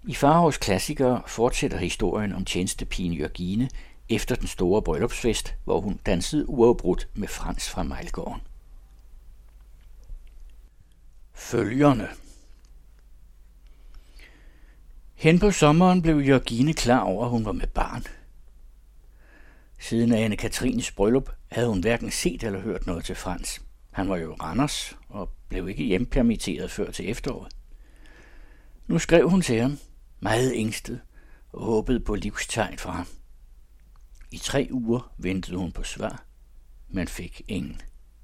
I Farovs klassikere fortsætter historien om tjenestepigen Jørgine efter den store bryllupsfest, hvor hun dansede uafbrudt med Frans fra Mejlgården. Følgerne. Hen på sommeren blev Jørgine klar over, at hun var med barn. Siden Anne Katrines bryllup havde hun hverken set eller hørt noget til Frans. Han var jo Randers og blev ikke hjempermitteret før til efteråret. Nu skrev hun til ham, meget ængstet, og håbede på livstegn fra ham. I 3 uger ventede hun på svar, men fik ingen.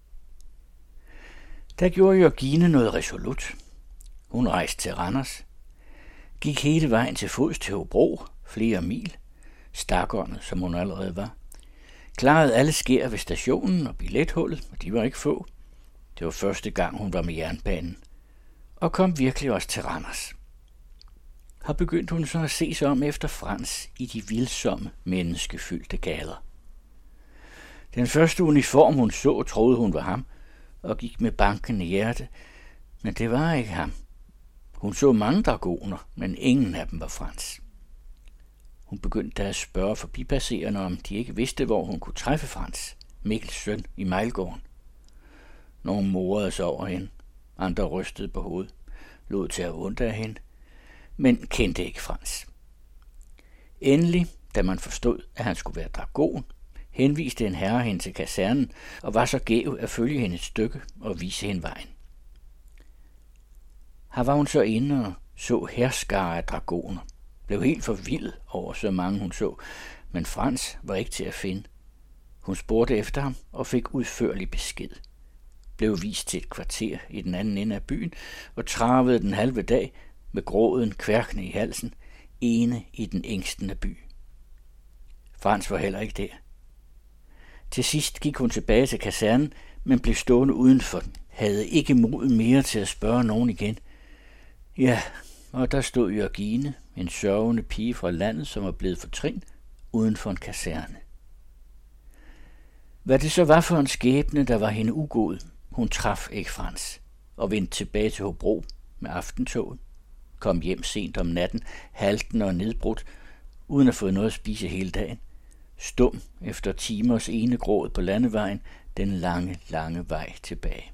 Der gjorde Jørgine noget resolut. Hun rejste til Randers, gik hele vejen til fods til Hobro, flere mil, stakåndet, som hun allerede var, klarede alle skær ved stationen og billethullet, og de var ikke få. Det var første gang, hun var med jernbanen, og kom virkelig også til Randers. Her begyndte hun så at se sig om efter Frans i de vildsomme, menneskefyldte gader. Den første uniform, hun så, troede hun var ham, og gik med bankende hjerte, men det var ikke ham. Hun så mange dragoner, men ingen af dem var Frans. Hun begyndte at spørge forbipasserende, om de ikke vidste, hvor hun kunne træffe Frans, Mikkels søn, i Mejlgården. Nogle morede sig over hende, andre rystede på hovedet, lod til at undre hende, men kendte ikke Frans. Endelig, da man forstod, at han skulle være dragon, henviste en herre hende til kasernen og var så gæv at følge hende et stykke og vise hende vejen. Her var hun så inde og så herskare af dragoner, blev helt forvildet over så mange hun så, men Frans var ikke til at finde. Hun spurgte efter ham og fik udførlig besked. Blev vist til et kvarter i den anden ende af byen og travede den halve dag med gråden kværkende i halsen, ene i den ængstende by. Frans var heller ikke der. Til sidst gik hun tilbage til kasernen, men blev stående udenfor den, havde ikke mod mere til at spørge nogen igen. Ja, og der stod Jørgine, en sørgende pige fra landet, som var blevet fortrin, uden for en kaserne. Hvad det så var for en skæbne, der var hende ugod, hun traf ikke Frans, og vendte tilbage til Hobro med aftentoget, kom hjem sent om natten, haltende og nedbrudt, uden at få noget at spise hele dagen, stum efter timers enegråd på landevejen, den lange, lange vej tilbage.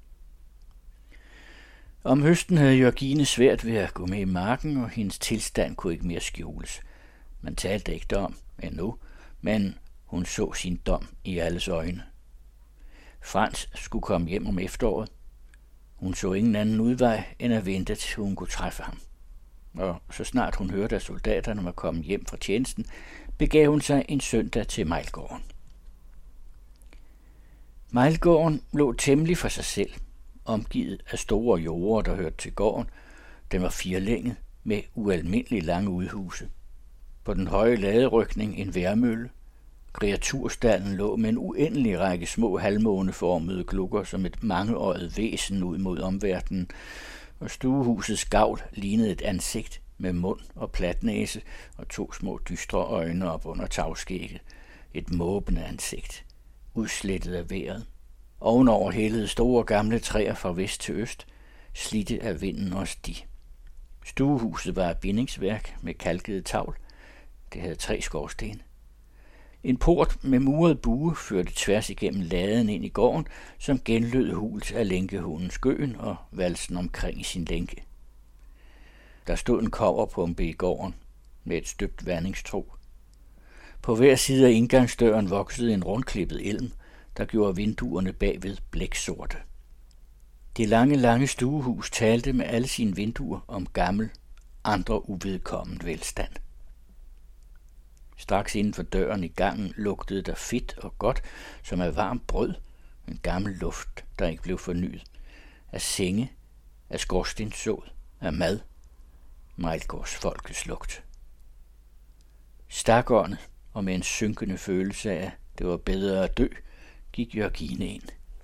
Om høsten havde Jørgine svært ved at gå med i marken, og hendes tilstand kunne ikke mere skjules. Man talte ikke derom endnu, men hun så sin dom i alles øjne. Frans skulle komme hjem om efteråret. Hun så ingen anden udvej, end at vente, til hun kunne træffe ham. Og så snart hun hørte, at soldaterne var kommet hjem fra tjenesten, begav hun sig en søndag til Mejlgården. Mejlgården lå temmelig for sig selv, omgivet af store jorder, der hørte til gården. Den var 4-længet med ualmindelig lange udhuse. På den høje laderykning en vejrmølle. Kreaturstallen lå med en uendelig række små halvmåneformede glukker som et mangeøjet væsen ud mod omverdenen, og stuehusets gavl lignede et ansigt med mund og platnæse og 2 små dystre øjne op under tagskægget. Et måbende ansigt, udslettet af vejret. Ovenover hældede store gamle træer fra vest til øst, slidte af vinden og sti. Stuehuset var et bindingsværk med kalkede tavl. Det havde 3 skorstene. En port med muret bue førte tværs igennem laden ind i gården, som genlød hult af lænkehunden Skøen og valsen omkring i sin lænke. Der stod en kobberpumpe i gården med et støbt vandingstro. På hver side af indgangsdøren voksede en rundklippet elm, der gjorde vinduerne bagved blæksorte. Det lange stuehus talte med alle sine vinduer om gammel, andre uvedkommen velstand. Straks inden for døren i gangen lugtede der fedt og godt, som af varmt brød, en gammel luft, der ikke blev fornyet, af senge, af skorstenssåd, af mad, Mejlgårds folkets lugt. Stakåndet og med en synkende følelse af, at det var bedre at dø, gik Jørgine ind.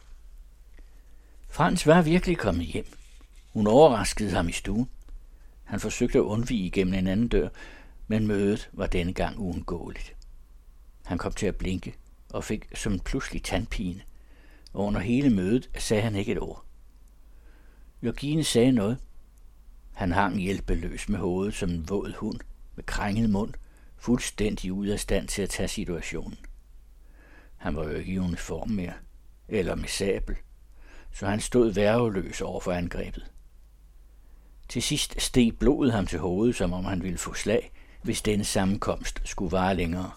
Frans var virkelig kommet hjem. Hun overraskede ham i stuen. Han forsøgte at undvige gennem en anden dør, men mødet var denne gang uundgåeligt. Han kom til at blinke og fik som en pludselig tandpine, og under hele mødet sagde han ikke et ord. Jørgine sagde noget. Han hang hjælpeløs med hovedet som en våd hund, med krænget mund, fuldstændig ude af stand til at tage situationen. Han var jo ikke i uniform mere, eller med sabel, så han stod værgeløs over for angrebet. Til sidst steg blodet ham til hovedet, som om han ville få slag, hvis denne sammenkomst skulle vare længere.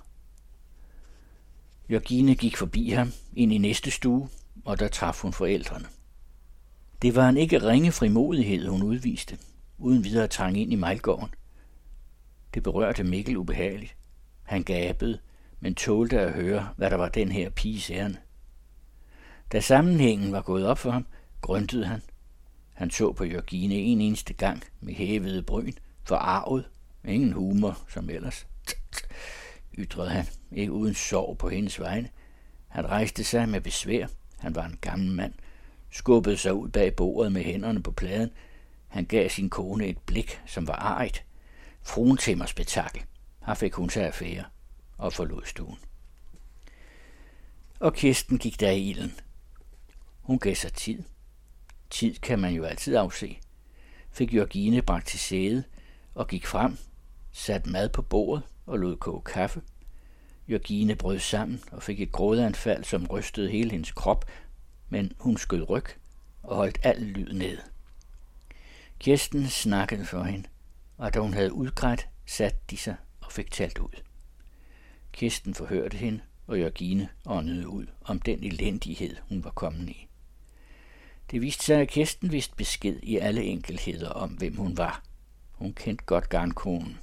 Jørgine gik forbi ham ind i næste stue, og der traf hun forældrene. Det var en ikke ringe frimodighed, hun udviste, uden videre at trænge ind i Mejlgården. Det berørte Mikkel ubehageligt. Han gabede, men tålte at høre, hvad der var den her piges ærinde. Da sammenhængen var gået op for ham, grøntede han. Han så på Jørgine en eneste gang med hævede bryn, forarvet, ingen humor som ellers. Ytrede han, ikke uden sorg på hendes vegne. Han rejste sig med besvær. Han var en gammel mand, skubbede sig ud bag bordet med hænderne på pladen. Han gav sin kone et blik, som var arigt. Fruentimmers spektakel. Her fik hun sig affære og forlod stuen. Og Kirsten gik der i ilden. Hun gav sig tid. Tid kan man jo altid afse. Fik Jørgine bragt til sæde og gik frem, satte mad på bordet og lod koge kaffe. Jørgine brød sammen og fik et grådanfald, som rystede hele hendes krop, men hun skød ryg og holdt al lyd ned. Kirsten snakkede for hende, og da hun havde udgrædt, satte de sig og fik talt ud. Kirsten forhørte hende, og Jørgine åndede ud om den elendighed, hun var kommet i. Det viste sig, at Kirsten vidste besked i alle enkeltheder om, hvem hun var. Hun kendte godt garnkonen.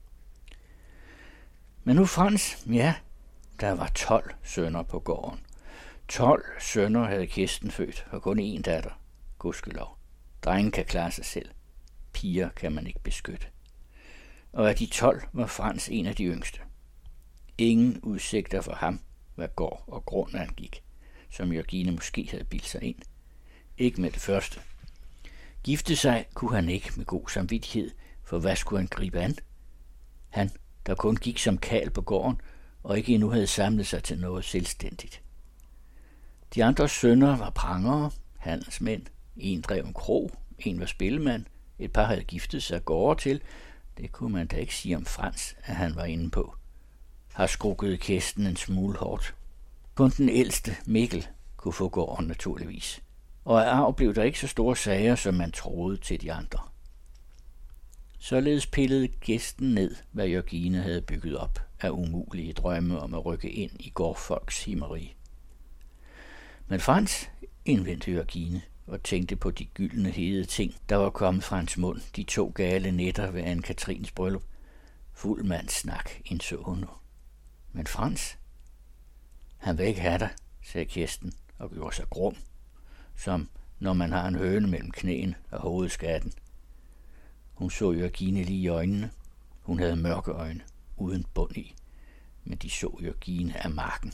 Men nu Frans, ja, der var 12 sønner på gården. 12 sønner havde Kirsten født, og kun én datter. Gudskelov. Drenge kan klare sig selv. Piger kan man ikke beskytte. Og af de 12 var Frans en af de yngste. Ingen udsigter for ham, hvad gård og grund angik, som Jørgine måske havde bildt sig ind. Ikke med det første. Gifte sig kunne han ikke med god samvittighed, for hvad skulle han gribe an? Han, der kun gik som karl på gården, og ikke endnu havde samlet sig til noget selvstændigt. De andre sønner var prangere, handelsmænd. En drev en krog, en var spillemand, et par havde giftet sig gårde til. Det kunne man da ikke sige om Frans, at han var inde på. Har skrukkede Kirsten en smule hårdt. Kun den ældste, Mikkel, kunne få gården naturligvis. Og af arv blev der ikke så store sager, som man troede til de andre. Således pillede gæsten ned, hvad Jørgine havde bygget op af umulige drømme om at rykke ind i gårdfolks himmeri. Men Frans, indvendte Jørgine og tænkte på de gyldne hede ting, der var kommet fra hans mund de 2 gale nætter ved Anne-Katrines bryllup. Fuld mands snak, indså hun nu. Men Frans, han vil ikke have dig, sagde Kirsten og gjorde sig grum, som når man har en høne mellem knæene og hovedskatten. Hun så Jørgine lige i øjnene. Hun havde mørke øjne, uden bund i, men de så Jørgine af marken.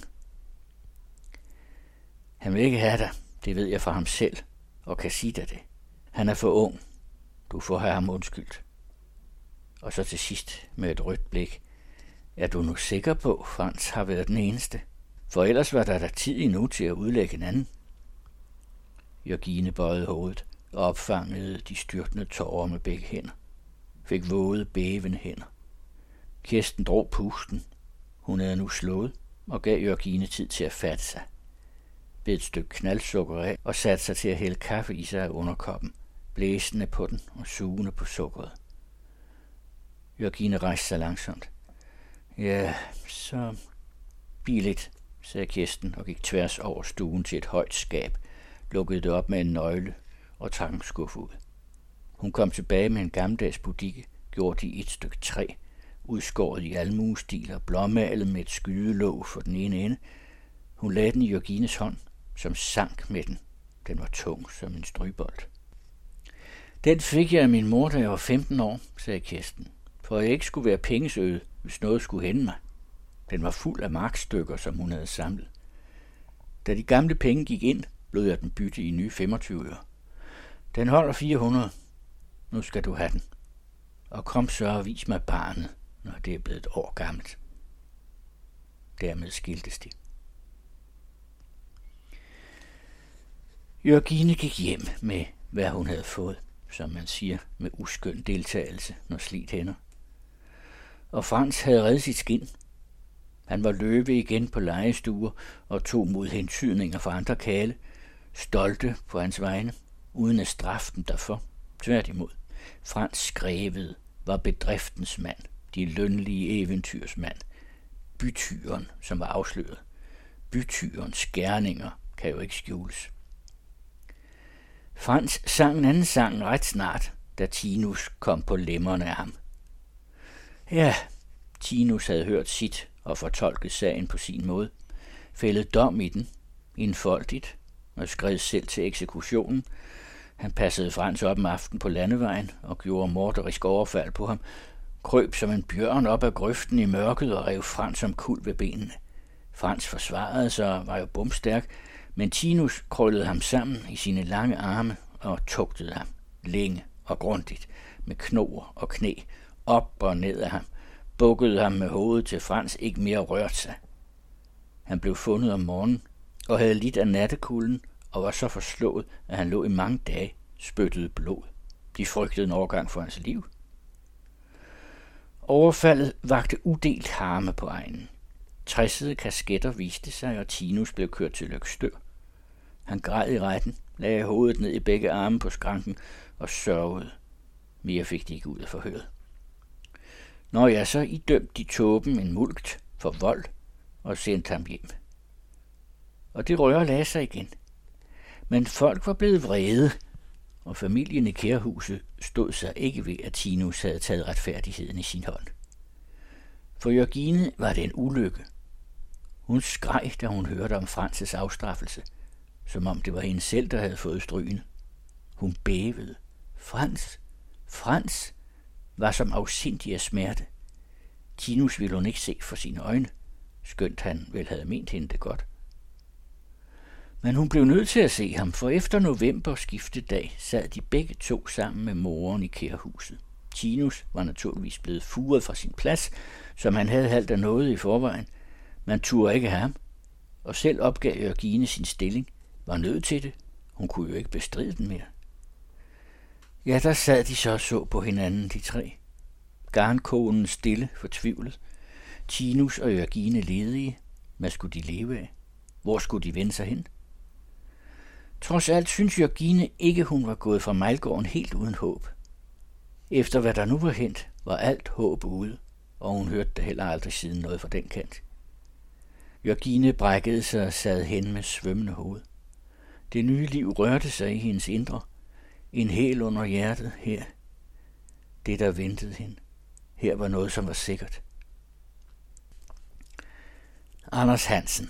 Han vil ikke have dig, det ved jeg fra ham selv, og kan sige dig det. Han er for ung. Du får have ham undskyldt. Og så til sidst med et rødt blik. Er du nu sikker på, Frans har været den eneste? For ellers var der tid endnu til at udlægge en anden. Jørgine bøjede hovedet og opfangede de styrtende tårer med begge hænder. Fik våde, bævende hænder. Kirsten drog pusten. Hun havde nu slået og gav Jørgine tid til at fatte sig. Bed et stykke knaldsukker af og satte sig til at hælde kaffe i sig af underkoppen, blæsende på den og sugende på sukkeret. Jørgine rejste sig langsomt. Ja, så billigt, sagde Kirsten og gik tværs over stuen til et højt skab, lukkede det op med en nøgle og trak en skuffe ud. Hun kom tilbage med en gammeldags budikke, gjort i et stykke træ, udskåret i almuestil og blåmalet med et skydelåg for den ene ende. Hun lagde den i Jørgines hånd, som sank med den. Den var tung som en strygbold. Den fik jeg af min mor, da jeg var 15 år, sagde Kirsten, for jeg ikke skulle være pengesøget, hvis noget skulle hænde mig. Den var fuld af markstykker, som hun havde samlet. Da de gamle penge gik ind, lod jeg den bytte i nye 25 øre. Den holder 400. Nu skal du have den. Og kom så og vis mig barnet, når det er blevet et år gammelt. Dermed skiltes de. Jørgine gik hjem med, hvad hun havde fået. som man siger med uskøn deltagelse, når slidt hænder. Og Frans havde reddet sit skind. Han var løve igen på legestuer og tog mod hentydninger fra andre kale, stolte på hans vegne, uden at straffe dem derfor. Tværtimod, Frans Skrevede var bedriftens mand, de lønlige eventyrsmand, bytyren, som var afsløret. Bytyrens gerninger kan jo ikke skjules. Frans sang en anden sang ret snart, da Tinus kom på lemmerne af ham. Ja, Tinus havde hørt sit og fortolket sagen på sin måde, fældet dom i den, enfoldigt, og skred selv til eksekutionen. Han passede Frans op om aftenen på landevejen og gjorde morderisk overfald på ham, krøb som en bjørn op af grøften i mørket og rev Frans om kul ved benene. Frans forsvarede sig og var jo bumstærk, men Tinus krøllede ham sammen i sine lange arme og tugtede ham længe og grundigt med knoer og knæ op og ned af ham, bukkede ham med hovedet til Frans ikke mere rørte sig. Han blev fundet om morgenen og havde lidt af nattekulden og var så forslået, at han lå i mange dage spyttede blod. De frygtede en overgang for hans liv. Overfaldet vakte udelt harme på egnen. Tressede kasketter viste sig, og Tinus blev kørt til Løgstør. Han græd i retten, lagde hovedet ned i begge arme på skranken og sørgede. Mere fik de ikke ud af forhøret. Når jeg så idømte de tåben en mulkt for vold og sendte ham hjem. Og det røre lagde sig igen. Men folk var blevet vrede, og familien i Kærhuset stod sig ikke ved, at Tinus havde taget retfærdigheden i sin hånd. For Jørgine var det en ulykke. Hun skreg, da hun hørte om Frans' afstraffelse, som om det var hende selv, der havde fået strygene. Hun bævede. Frans var som afsindig af smerte. Tinus ville hun ikke se for sine øjne, skønt han vel havde ment hende det godt. Men hun blev nødt til at se ham, for efter november skiftedag sad de begge to sammen med moren i Kærhuset. Tinus var naturligvis blevet furet fra sin plads, som han havde halvt af noget i forvejen. Man turde ikke have ham, og selv opgav Jørgine sin stilling, var nødt til det. Hun kunne jo ikke bestride den mere. Ja, der sad de så og så på hinanden, de tre. Garnkonen stille, fortvivlet. Tinus og Jørgine ledige. Hvad skulle de leve af? Hvor skulle de vende sig hen? Trods alt synes Jørgine ikke, hun var gået fra Mejlgården helt uden håb. Efter hvad der nu var hent, var alt håb ude, og hun hørte det heller aldrig siden noget fra den kant. Jørgine brækkede sig og sad hen med svømmende hoved. Det nye liv rørte sig i hendes indre. En hæl under hjertet her. Det, der ventede hende. Her var noget, som var sikkert. Anders Hansen.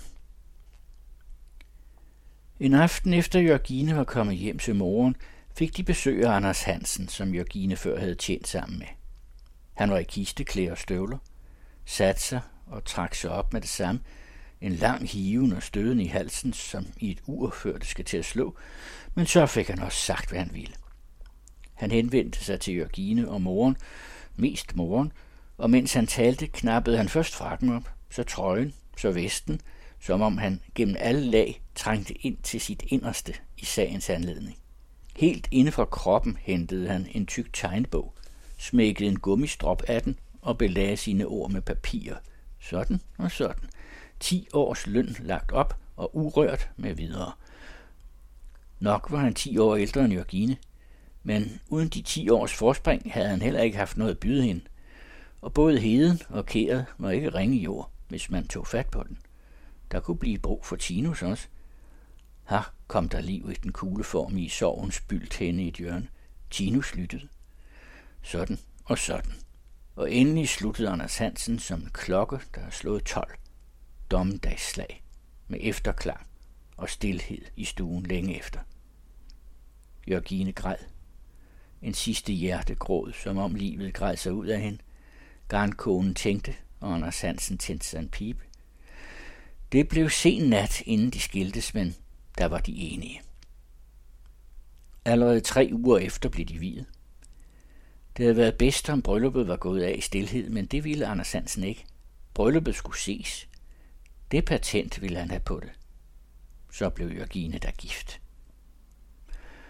En aften efter Jørgine var kommet hjem til moren, fik de besøg af Anders Hansen, som Jørgine før havde tjent sammen med. Han var i kisteklæder og støvler, satte sig og trak sig op med det samme, en lang hiven og støden i halsen, som i et ur før det skal til at slå, men så fik han også sagt, hvad han ville. Han henvendte sig til Jørgine og moren, mest moren, og mens han talte, knappede han først frakken op, så trøjen, så vesten, som om han gennem alle lag trængte ind til sit inderste i sagens anledning. Helt inde fra kroppen hentede han en tyk tegnbog, smækkede en gummistrop af den og belagde sine ord med papir. Sådan og sådan. 10 års løn lagt op og urørt med videre. Nok var han 10 år ældre end Jørgine, men uden de 10 års forspring havde han heller ikke haft noget at byde hende. Og både heden og kæret var ikke ringe jord, hvis man tog fat på den. Der kunne blive brug for Tinus også. Her kom der liv i den kugleformige sorgens bylt henne i et hjørne. Tinus lyttede. Sådan og sådan. Og endelig sluttede Anders Hansen som en klokke, der har slået 12. Dommedagsslag med efterklang og stilhed i stuen længe efter. Jørgine græd. En sidste hjertegråd, som om livet græd sig ud af hende. Garnkonen tænkte, og Anders Hansen tændte sig en pibe. Det blev sen nat, inden de skiltes, men der var de enige. Allerede 3 uger efter blev de viet. Det havde været bedst, om brylluppet var gået af i stilhed, men det ville Anders Hansen ikke. Brylluppet skulle ses. Det patent ville han have på det. Så blev Jørgine der gift.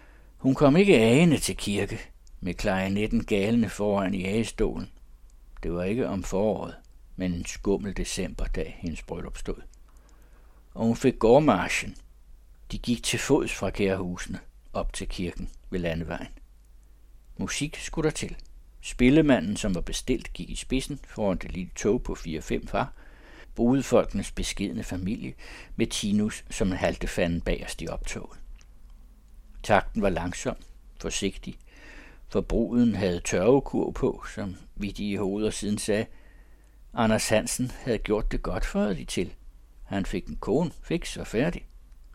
Hun kom ikke agende til kirke, med klarinetten galende foran i agestolen. Det var ikke om foråret, men en skummel decemberdag, hendes bryllup stod. Og hun fik gårdmarchen. De gik til fods fra Kærehusene op til kirken ved landevejen. Musik skulle der til. Spillemanden, som var bestilt, gik i spidsen foran det lille tog på 4-5 far. Bodefolkenes beskedne familie med Tinus som en haltefanden bagerst i optoget. Takten var langsom, forsigtig, for bruden havde tørvekur på, som vittige hoveder siden sagde. Anders Hansen havde gjort det godt for de til. Han fik en kone, fiks og færdig.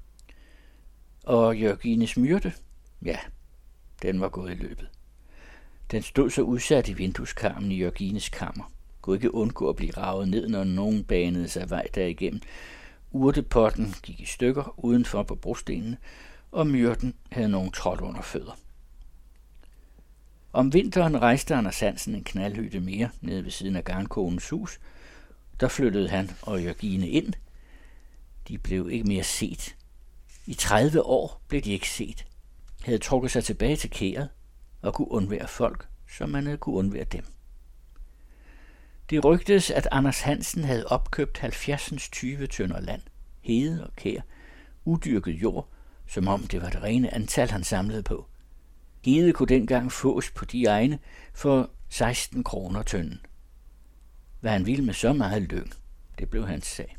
Og Jørgines myrde? Ja, den var gået i løbet. Den stod så udsat i vindueskarmen i Jørgines kammer. Kunne ikke undgå at blive ravet ned, når nogen banede sig vej derigennem. Urtepotten gik i stykker udenfor på brostenene, og myrden havde nogle trådt under fødder. Om vinteren rejste Anders Hansen en knaldhytte mere nede ved siden af garnkonens hus. Der flyttede han og Jørgine ind. De blev ikke mere set. I 30 år blev de ikke set. Havde trukket sig tilbage til kæret og kunne undvære folk, som man havde kunne undvære dem. Det rygtedes, at Anders Hansen havde opkøbt 70-20 tønder land, hede og kær, udyrket jord, som om det var det rene antal, han samlede på. Hede kunne dengang fås på de egne for 16 kroner tønden. Hvad han ville med så meget lyng, det blev hans sag.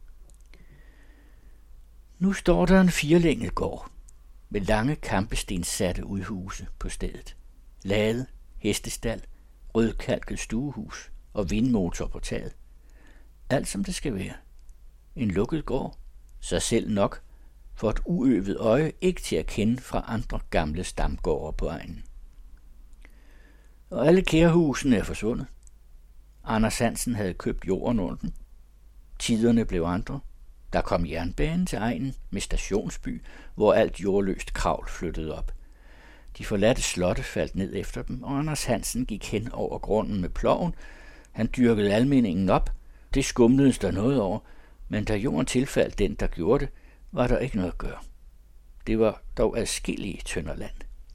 Nu står der en 4-længet gård med lange kampestenssatte udhuse på stedet. Lade, hestestal, rødkalket stuehus og vindmotor på taget. Alt som det skal være. En lukket gård, sig selv nok, for et uøvet øje ikke til at kende fra andre gamle stamgårde på egnen. Og alle kærehusene er forsvundet. Anders Hansen havde købt jorden under den. Tiderne blev andre. Der kom jernbanen til egnen med stationsby, hvor alt jordløst kravl flyttede op. De forladte slotte faldt ned efter dem, og Anders Hansen gik hen over grunden med ploven. Han dyrkede almeningen op. Det skumledes der noget over, men da jorden tilfaldt den, der gjorde det, var der ikke noget at gøre. Det var dog adskillige tønder land.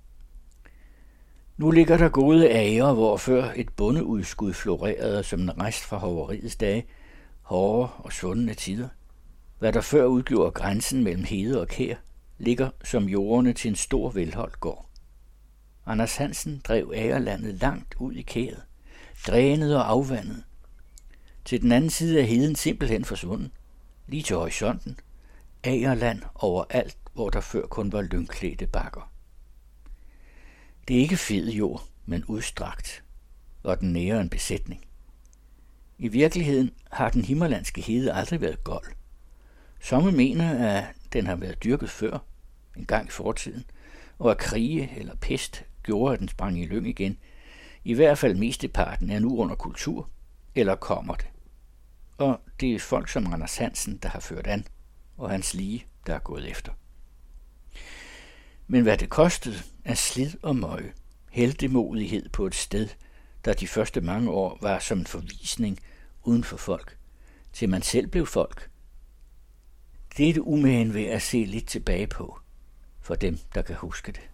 Nu ligger der gode ager, hvor før et bondeudskud florerede som en rest fra hoveriets dage, hårde og svundne tider. Hvad der før udgjorde grænsen mellem hede og kær, ligger som jordene til en stor velholdt gård. Anders Hansen drev agerlandet langt ud i kæret, drænet og afvandet. Til den anden side af heden simpelthen forsvundet, lige til horisonten, agerland overalt, hvor der før kun var lyngklædte bakker. Det er ikke fed jord, men udstrakt, og den nærer en besætning. I virkeligheden har den himmerlandske hede aldrig været gold. Somme mener, at den har været dyrket før, en gang i fortiden, og at krige eller pest gjorde, at den sprang i lyng igen. I hvert fald mesteparten er nu under kultur, eller kommer det. Og det er folk som Anders Hansen, der har ført an, og hans lige, der er gået efter. Men hvad det kostede af slid og møje, heltemodighed på et sted, der de første mange år var som en forvisning uden for folk, til man selv blev folk. Det er det umagen ved at se lidt tilbage på, for dem, der kan huske det.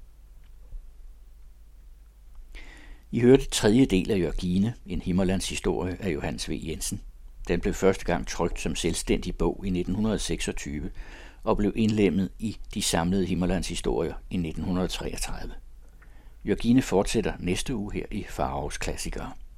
I hørte 3. del af Jørgine, en Himmerlands historie af Johannes V. Jensen. Den blev første gang trykt som selvstændig bog i 1926 og blev indlemmet i de samlede Himmerlands historier i 1933. Jørgine fortsætter næste uge her i Farovs Klassikere.